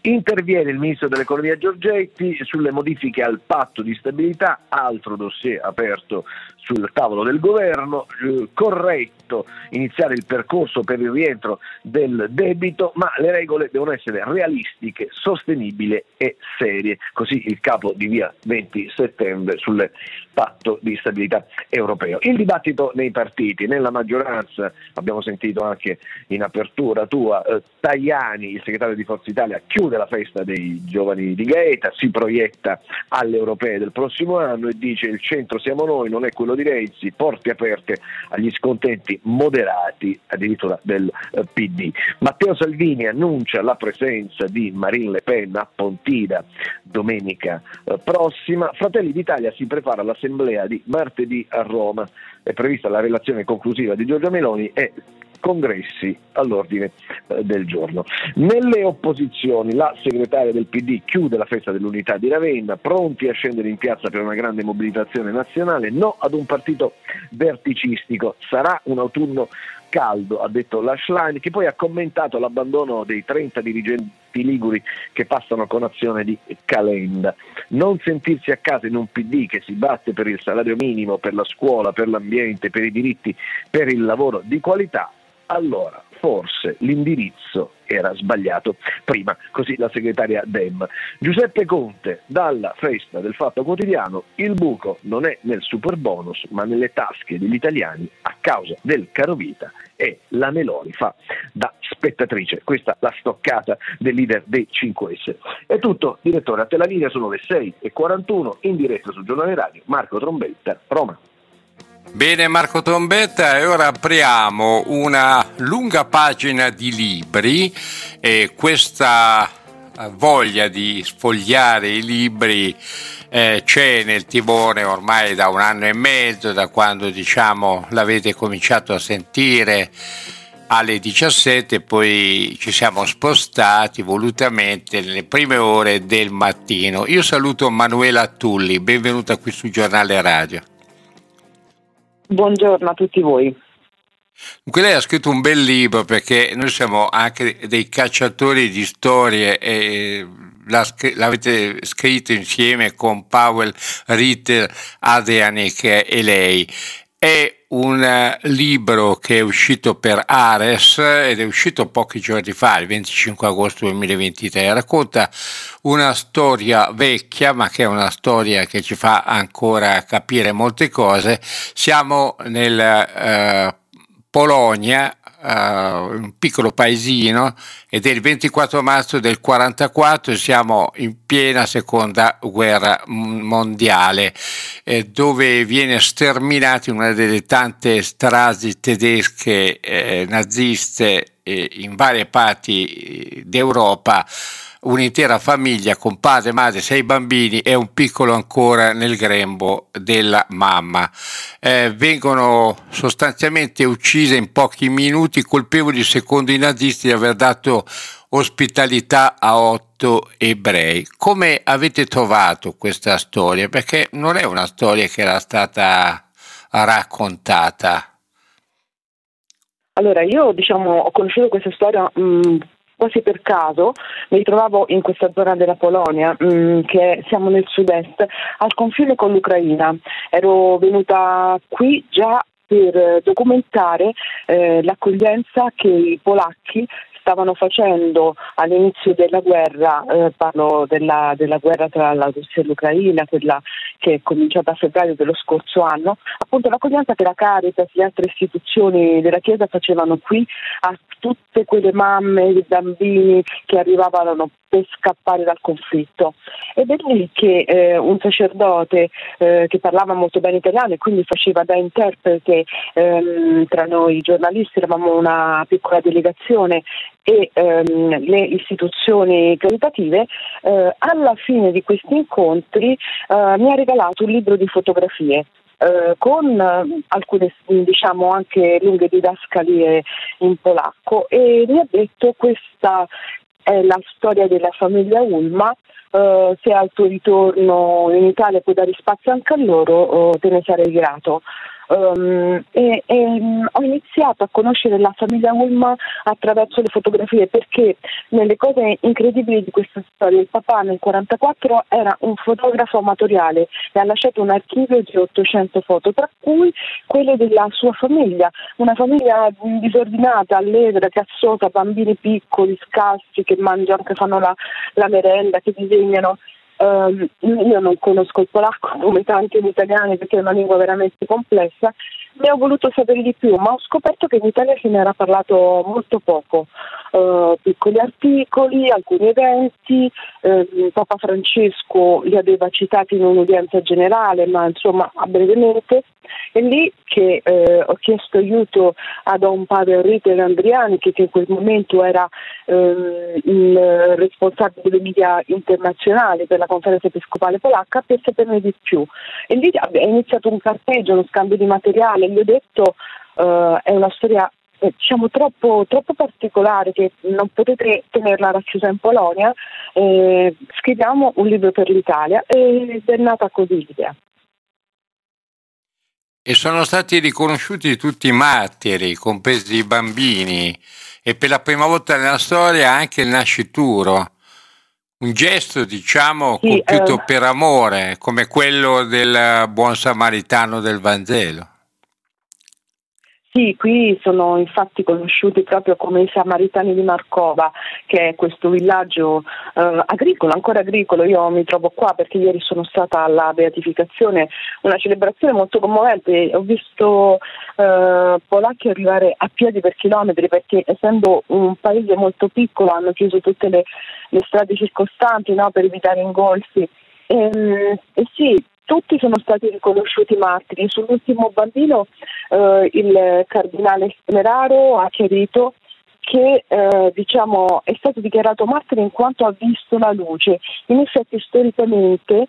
Interviene il ministro dell'economia Giorgetti sulle modifiche al patto di stabilità, altro dossier aperto sul tavolo del governo. Corretto iniziare il percorso per il rientro del debito, ma le regole devono essere realistiche, sostenibili e serie, così il capo di via 20 settembre sul patto di stabilità europeo. Il dibattito nei partiti, nella maggioranza, abbiamo sentito anche in apertura tua, Tajani, il segretario di Forza Italia, chiude la festa dei giovani di Gaeta, si proietta alle europee del prossimo anno e dice: il centro siamo noi, non è quello di Renzi, porte aperte agli scontenti moderati addirittura del PD. Matteo Salvini annuncia la presenza di Marine Le Pen a Pontida domenica prossima. Fratelli d'Italia si prepara all'assemblea di martedì a Roma, è prevista la relazione conclusiva di Giorgia Meloni e congressi all'ordine del giorno. Nelle opposizioni la segretaria del PD chiude la festa dell'unità di Ravenna, pronti a scendere in piazza per una grande mobilitazione nazionale, no ad un partito verticistico, sarà un autunno caldo, ha detto la Schlein, che poi ha commentato l'abbandono dei 30 dirigenti liguri che passano con Azione di Calenda. Non sentirsi a casa in un PD che si batte per il salario minimo, per la scuola, per l'ambiente, per i diritti, per il lavoro di qualità, allora forse l'indirizzo era sbagliato prima, così la segretaria Dem. Giuseppe Conte, dalla festa del Fatto Quotidiano: il buco non è nel superbonus ma nelle tasche degli italiani a causa del carovita, e la Meloni fa da spettatrice. Questa la stoccata del leader dei 5S. È tutto, direttore, a te la linea, sono le 6:41, in diretta sul Giornale Radio. Marco Trombetta, Roma. Bene Marco Trombetta, e ora apriamo una lunga pagina di libri, e questa voglia di sfogliare i libri c'è nel timone ormai da 1 anno e mezzo, da quando l'avete cominciato a sentire alle 17, poi ci siamo spostati volutamente nelle prime ore del mattino. Io saluto Manuela Tulli, benvenuta qui sul Giornale Radio. Buongiorno a tutti voi. Dunque lei ha scritto un bel libro, perché noi siamo anche dei cacciatori di storie e l'avete scritto insieme con Powell Ritter, Adrianek e lei. È un libro che è uscito per Ares ed è uscito pochi giorni fa, il 25 agosto 2023. Racconta una storia vecchia, ma che è una storia che ci fa ancora capire molte cose. Siamo nel Polonia, un piccolo paesino, ed è il 24 marzo del 44, siamo in piena seconda guerra mondiale, dove viene sterminata in una delle tante stragi tedesche naziste in varie parti d'Europa un'intera famiglia con padre, madre, 6 bambini e un piccolo ancora nel grembo della mamma. Vengono sostanzialmente uccise in pochi minuti, colpevoli secondo i nazisti di aver dato ospitalità a 8 ebrei. Come avete trovato questa storia? Perché non è una storia che era stata raccontata. Allora, io ho conosciuto questa storia quasi per caso. Mi ritrovavo in questa zona della Polonia, che siamo nel sud-est, al confine con l'Ucraina. Ero venuta qui già per documentare l'accoglienza che i polacchi stavano facendo all'inizio della guerra, parlo della guerra tra la Russia e l'Ucraina, quella che è cominciata a febbraio dello scorso anno, appunto l'accoglienza che la Caritas e le altre istituzioni della Chiesa facevano qui a tutte quelle mamme e bambini che arrivavano per scappare dal conflitto. Ed è lì che un sacerdote che parlava molto bene italiano e quindi faceva da interprete tra noi giornalisti, eravamo una piccola delegazione, e le istituzioni caritative, alla fine di questi incontri mi ha regalato un libro di fotografie con alcune anche lunghe didascalie in polacco, e mi ha detto: questa è la storia della famiglia Ulma, se al tuo ritorno in Italia puoi dare spazio anche a loro, te ne sarei grato. Ho iniziato a conoscere la famiglia Ulma attraverso le fotografie, perché nelle cose incredibili di questa storia il papà nel 1944 era un fotografo amatoriale e ha lasciato un archivio di 800 foto, tra cui quelle della sua famiglia, una famiglia disordinata, allegra, cazzosa, bambini piccoli, scalzi, che mangiano, che fanno la merenda, che disegnano. Io non conosco il polacco come tanti gli italiani, perché è una lingua veramente complessa. Ne ho voluto sapere di più, ma ho scoperto che in Italia se ne era parlato molto poco. Piccoli articoli, alcuni eventi, Papa Francesco li aveva citati in un'udienza generale, ma insomma brevemente. È lì che ho chiesto aiuto a Don Padre Enrico Landriani, che in quel momento era il responsabile dei media internazionali per la conferenza episcopale polacca, per saperne di più. E lì è iniziato un carteggio, uno scambio di materiale. Gli ho detto è una storia diciamo troppo particolare, che non potete tenerla racchiusa in Polonia, scriviamo un libro per l'Italia, ed è nata così l'idea. E sono stati riconosciuti tutti i martiri, compresi i bambini, e per la prima volta nella storia anche il nascituro. Un gesto, diciamo, compiuto per amore, come quello del buon samaritano del Vangelo. Sì, qui sono infatti conosciuti proprio come i Samaritani di Markova, che è questo villaggio agricolo, ancora agricolo. Io mi trovo qua perché ieri sono stata alla beatificazione, una celebrazione molto commovente. Ho visto polacchi arrivare a piedi per chilometri, perché essendo un paese molto piccolo hanno chiuso tutte le strade circostanti, no, per evitare ingolfi. E sì, tutti sono stati riconosciuti martiri. Sull'ultimo bambino il cardinale Semeraro ha chiarito che diciamo è stato dichiarato martire in quanto ha visto la luce. In effetti storicamente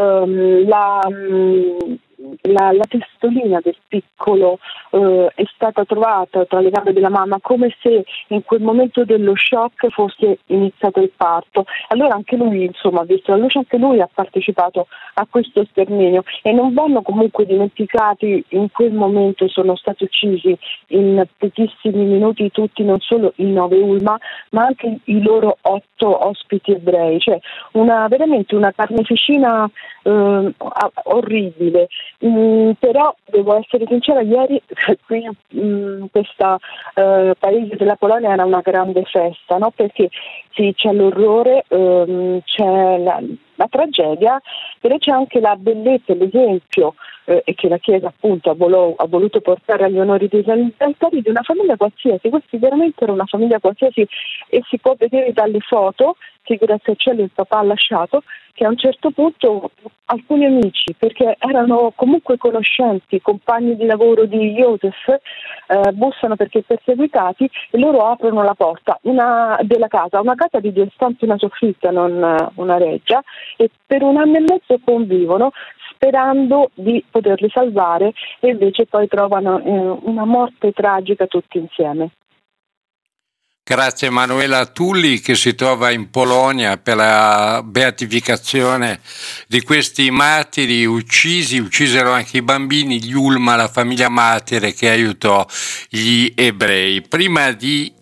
la testolina del piccolo è stata trovata tra le gambe della mamma, come se in quel momento dello shock fosse iniziato il parto. Allora anche lui, insomma, ha visto la luce, anche lui ha partecipato a questo sterminio, e non vanno comunque dimenticati. In quel momento sono stati uccisi in pochissimi minuti tutti, non solo i 9 Ulma, ma anche i loro 8 ospiti ebrei, cioè veramente una carneficina orribile. Però devo essere sincera, ieri qui in questo paese della Polonia era una grande festa, no? Perché sì, c'è l'orrore, c'è la tragedia, però c'è anche la bellezza, l'esempio e che la Chiesa appunto ha voluto portare agli onori dei altari di una famiglia qualsiasi. Questa veramente era una famiglia qualsiasi, e si può vedere dalle foto che grazie al cielo il papà ha lasciato, che a un certo punto alcuni amici, perché erano comunque conoscenti, compagni di lavoro di Joseph, bussano perché perseguitati, e loro aprono la porta della casa, una casa di 2 stanze, una soffitta, non una reggia, e per 1 anno e mezzo convivono sperando di poterli salvare, e invece poi trovano una morte tragica tutti insieme. Grazie Emanuela Tulli, che si trova in Polonia per la beatificazione di questi martiri uccisero anche i bambini, gli Ulma, la famiglia martire che aiutò gli ebrei. Prima di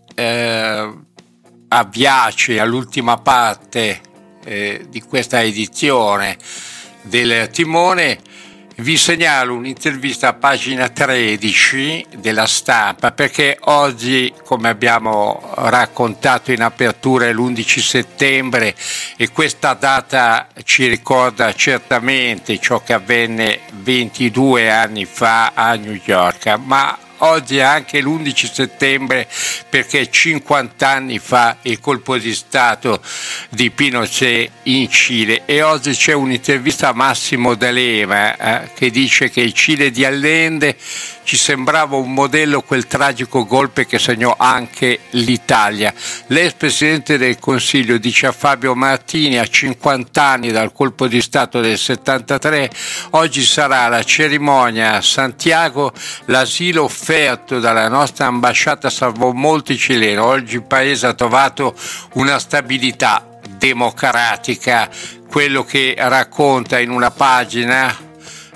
avviarci all'ultima parte di questa edizione del Timone, vi segnalo un'intervista a pagina 13 della Stampa, perché oggi, come abbiamo raccontato in apertura, è l'11 settembre e questa data ci ricorda certamente ciò che avvenne 22 anni fa a New York, ma oggi è anche l'11 settembre perché 50 anni fa il colpo di Stato di Pinochet in Cile, e oggi c'è un'intervista a Massimo D'Alema che dice che il Cile di Allende ci sembrava un modello, quel tragico golpe che segnò anche l'Italia. L'ex Presidente del Consiglio dice a Fabio Martini, a 50 anni dal colpo di Stato del 73, oggi sarà la cerimonia a Santiago, l'asilo offerto dalla nostra ambasciata salvò molti cileni, oggi il paese ha trovato una stabilità democratica, quello che racconta in una pagina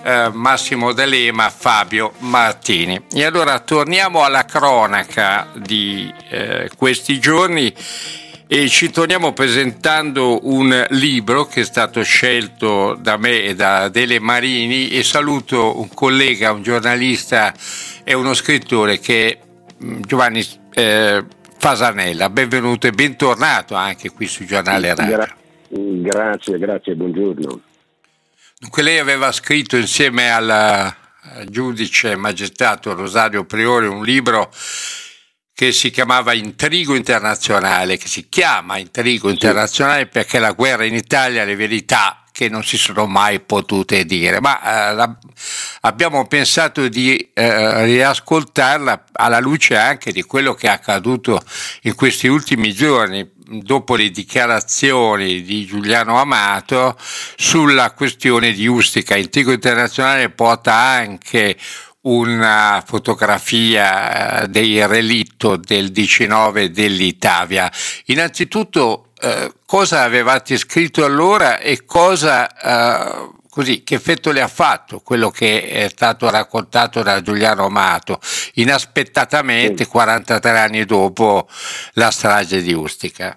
Massimo D'Alema, Fabio Martini. E allora torniamo alla cronaca di questi giorni e ci torniamo presentando un libro che è stato scelto da me e da Adele Marini, e saluto un collega, un giornalista e uno scrittore che è Giovanni Fasanella. Benvenuto e bentornato anche qui su Giornale Radio. Grazie, buongiorno. Dunque lei aveva scritto insieme al giudice magistrato Rosario Priore un libro che si chiamava Intrigo internazionale, che si chiama Intrigo internazionale perché la guerra in Italia, le verità che non si sono mai potute dire, ma abbiamo pensato di riascoltarla alla luce anche di quello che è accaduto in questi ultimi giorni, dopo le dichiarazioni di Giuliano Amato sulla questione di Ustica. Intrigo internazionale porta anche una fotografia del relitto del 19 dell'Italia. Innanzitutto, cosa avevate scritto allora e cosa, che effetto le ha fatto quello che è stato raccontato da Giuliano Amato inaspettatamente 43 anni dopo la strage di Ustica?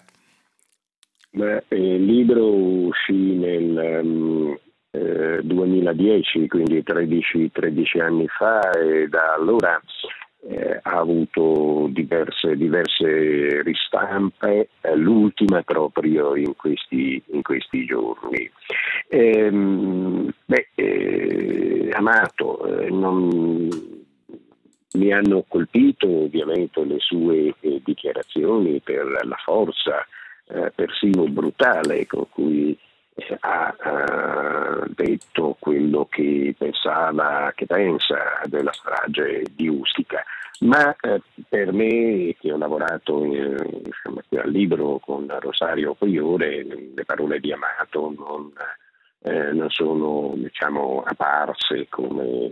Il libro uscì nel 2010, quindi 13 anni fa, e da allora ha avuto diverse ristampe, l'ultima proprio in questi giorni. Amato, mi hanno colpito ovviamente le sue dichiarazioni per la forza persino brutale con cui ha detto quello che pensa della strage di Ustica, ma per me, che ho lavorato al libro con Rosario Priore, le parole di Amato non sono apparse come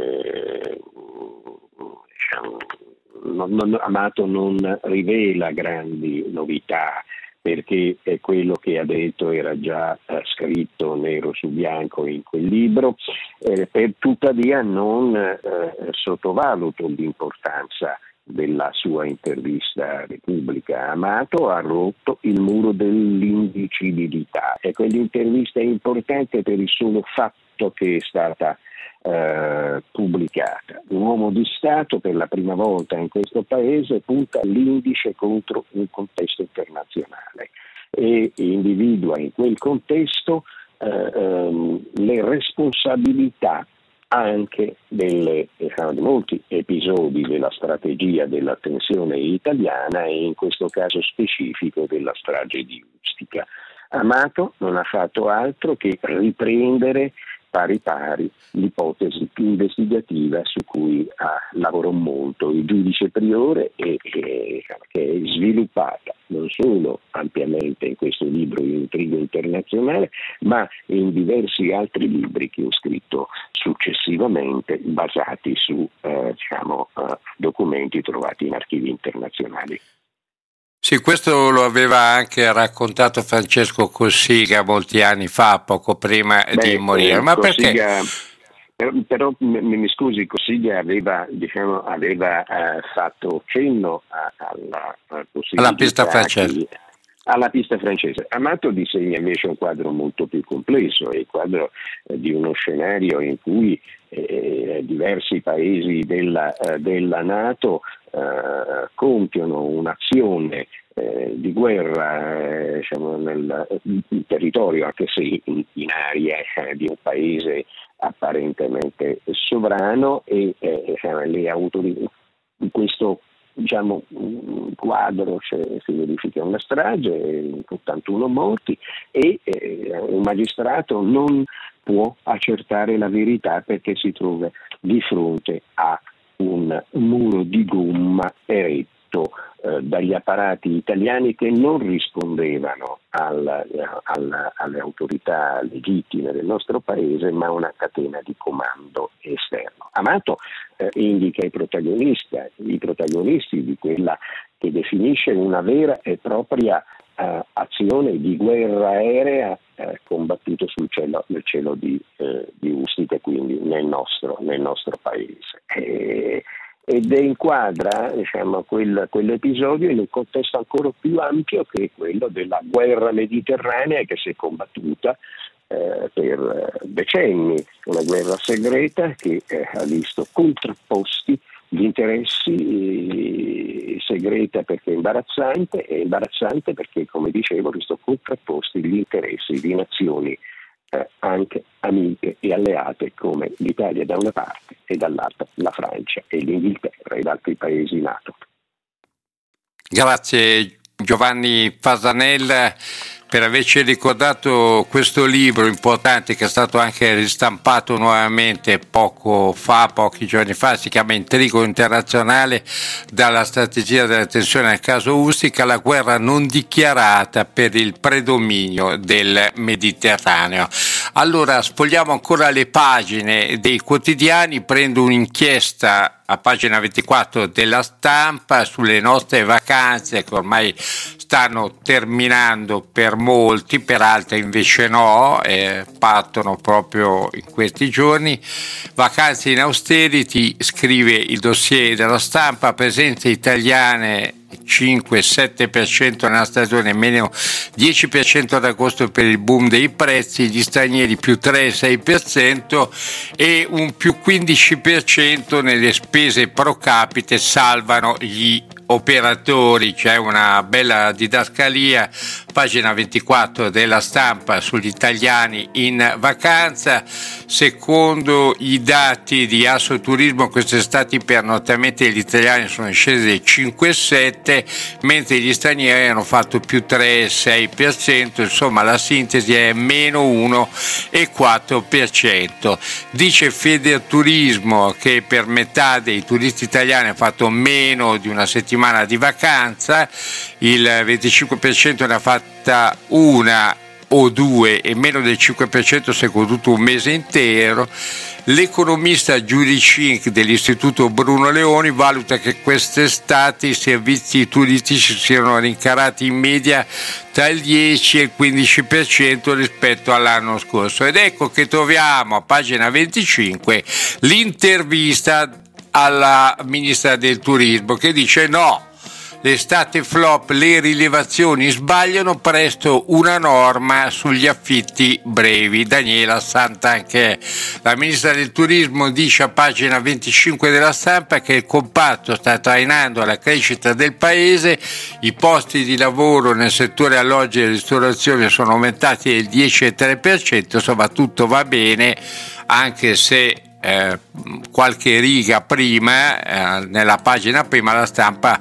Amato non rivela grandi novità, perché quello che ha detto era già scritto nero su bianco in quel libro, tuttavia non sottovaluto l'importanza della sua intervista a Repubblica. Amato ha rotto il muro dell'indicibilità, e quell'intervista è importante per il solo fatto che è stata pubblicata. Un uomo di Stato per la prima volta in questo paese punta l'indice contro un contesto internazionale e individua in quel contesto le responsabilità anche di molti episodi della strategia della tensione italiana, e in questo caso specifico della strage di Ustica. Amato non ha fatto altro che riprendere pari l'ipotesi investigativa su cui lavorò molto il giudice Priore e che è sviluppata non solo ampiamente in questo libro Intrigo internazionale, ma in diversi altri libri che ho scritto successivamente, basati su documenti trovati in archivi internazionali. Sì, questo lo aveva anche raccontato Francesco Cossiga molti anni fa, poco prima di morire. Ma Cossiga, perché? Però mi scusi, Cossiga aveva fatto cenno alla pista francese. Alla pista francese. Amato disegna invece un quadro molto più complesso, è il quadro di uno scenario in cui diversi paesi della NATO compiono un'azione di guerra nel territorio, anche se in area di un paese apparentemente sovrano, e le autorità in questo quadro si verifica una strage con 81 morti, e un magistrato non può accertare la verità perché si trova di fronte a un muro di gomma eretto dagli apparati italiani che non rispondevano alle autorità legittime del nostro paese, ma una catena di comando esterno. Amato indica i protagonisti di quella che definisce una vera e propria azione di guerra aerea combattuto nel cielo di Ustica, quindi nel nostro paese. Ed inquadra, diciamo, quell'episodio in un contesto ancora più ampio, che è quello della guerra mediterranea che si è combattuta per decenni, una guerra segreta che ha visto contrapposti gli interessi, segreta perché è imbarazzante perché, come dicevo, visto contrapposti gli interessi di nazioni anche amiche e alleate come l'Italia da una parte e dall'altra la Francia e l'Inghilterra ed altri paesi NATO. Grazie Giovanni Fasanel per averci ricordato questo libro importante che è stato anche ristampato nuovamente pochi giorni fa. Si chiama Intrigo internazionale, dalla strategia della tensione al caso Ustica, la guerra non dichiarata per il predominio del Mediterraneo. Allora sfogliamo ancora le pagine dei quotidiani, prendo un'inchiesta a pagina 24 della Stampa sulle nostre vacanze che ormai stanno terminando per molti, per altri invece no, partono proprio in questi giorni. Vacanze in austerity, scrive il dossier della Stampa, presenze italiane 5-7% nella stagione, meno 10% ad agosto per il boom dei prezzi, gli stranieri più 3-6% e un più 15% nelle spese pro capite, salvano gli operatori. C'è una bella didascalia, pagina 24 della Stampa, sugli italiani in vacanza. Secondo i dati di Assoturismo, quest'estate i pernottamenti degli italiani sono scesi del 5,7%, mentre gli stranieri hanno fatto più 3,6%, insomma la sintesi è meno 1,4%. Dice Federturismo che per metà dei turisti italiani ha fatto meno di una settimana di vacanza, il 25% ne ha fatta una o due e meno del 5% si è goduto un mese intero. L'economista Judy Schink dell'Istituto Bruno Leoni valuta che quest'estate i servizi turistici siano rincarati in media tra il 10 e il 15% rispetto all'anno scorso. Ed ecco che troviamo a pagina 25 l'intervista alla ministra del turismo che dice no, l'estate flop, le rilevazioni sbagliano, presto una norma sugli affitti brevi. Daniela Santanchè, la ministra del turismo, dice a pagina 25 della Stampa che il comparto sta trainando la crescita del paese, i posti di lavoro nel settore alloggi e ristorazione sono aumentati del 10,3%, insomma tutto va bene, anche se qualche riga prima, nella pagina prima, la Stampa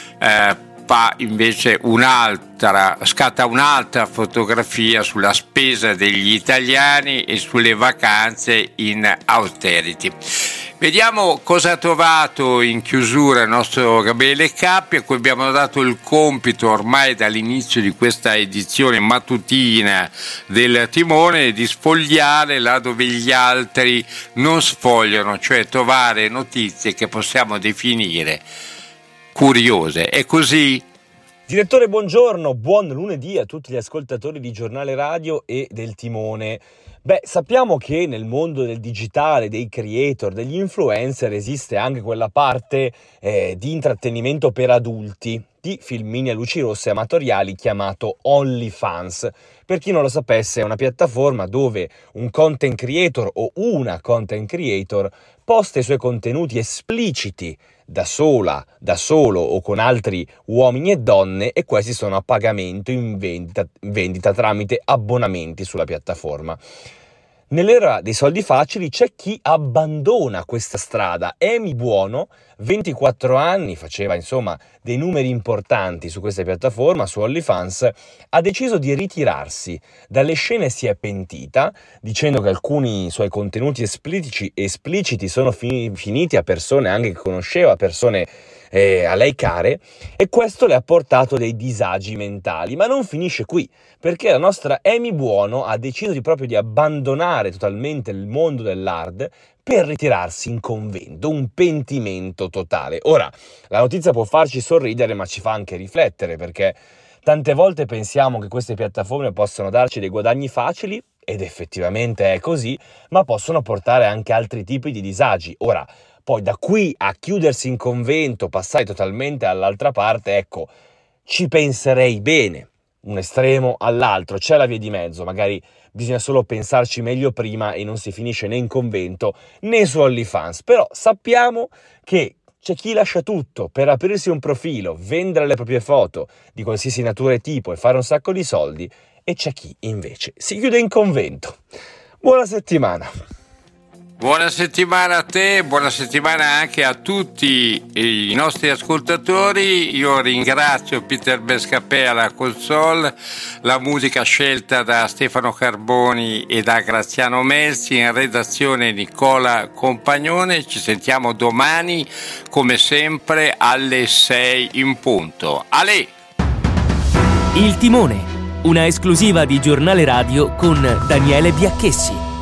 fa invece scatta un'altra fotografia sulla spesa degli italiani e sulle vacanze in austerity. Vediamo cosa ha trovato in chiusura il nostro Gabriele Cappi, a cui abbiamo dato il compito ormai dall'inizio di questa edizione mattutina del Timone di sfogliare là dove gli altri non sfogliano, cioè trovare notizie che possiamo definire curiose. È così? Direttore, buongiorno, buon lunedì a tutti gli ascoltatori di Giornale Radio e del Timone. Beh, sappiamo che nel mondo del digitale, dei creator, degli influencer esiste anche quella parte di intrattenimento per adulti, di filmini a luci rosse amatoriali chiamato OnlyFans. Per chi non lo sapesse, è una piattaforma dove un content creator o una content creator posta i suoi contenuti espliciti da solo o con altri uomini e donne, e questi sono a pagamento in vendita tramite abbonamenti sulla piattaforma. Nell'era dei soldi facili c'è chi abbandona questa strada. Amy Buono, 24 anni, faceva insomma dei numeri importanti su questa piattaforma, su OnlyFans, ha deciso di ritirarsi dalle scene. Si è pentita dicendo che alcuni suoi contenuti espliciti sono finiti a persone anche che conosceva, persone a lei care, e questo le ha portato dei disagi mentali. Ma non finisce qui, perché la nostra Amy Buono ha deciso proprio di abbandonare totalmente il mondo dell'hard per ritirarsi in convento, un pentimento totale. Ora, la notizia può farci sorridere, ma ci fa anche riflettere, perché Tante volte pensiamo che queste piattaforme possano darci dei guadagni facili, ed effettivamente è così, ma possono portare anche altri tipi di disagi. Ora, poi da qui a chiudersi in convento, passare totalmente all'altra parte, ecco, ci penserei bene, un estremo all'altro, c'è la via di mezzo, magari bisogna solo pensarci meglio prima e non si finisce né in convento né su OnlyFans, però sappiamo che c'è chi lascia tutto per aprirsi un profilo, vendere le proprie foto di qualsiasi natura e tipo e fare un sacco di soldi, e c'è chi invece si chiude in convento. Buona settimana! Buona settimana a te, buona settimana anche a tutti i nostri ascoltatori. Io ringrazio Peter Bescapè alla console, la musica scelta da Stefano Carboni e da Graziano Melzi, in redazione Nicola Compagnone. Ci sentiamo domani come sempre alle 6 in punto. Ale! Il Timone, una esclusiva di Giornale Radio con Daniele Biacchessi.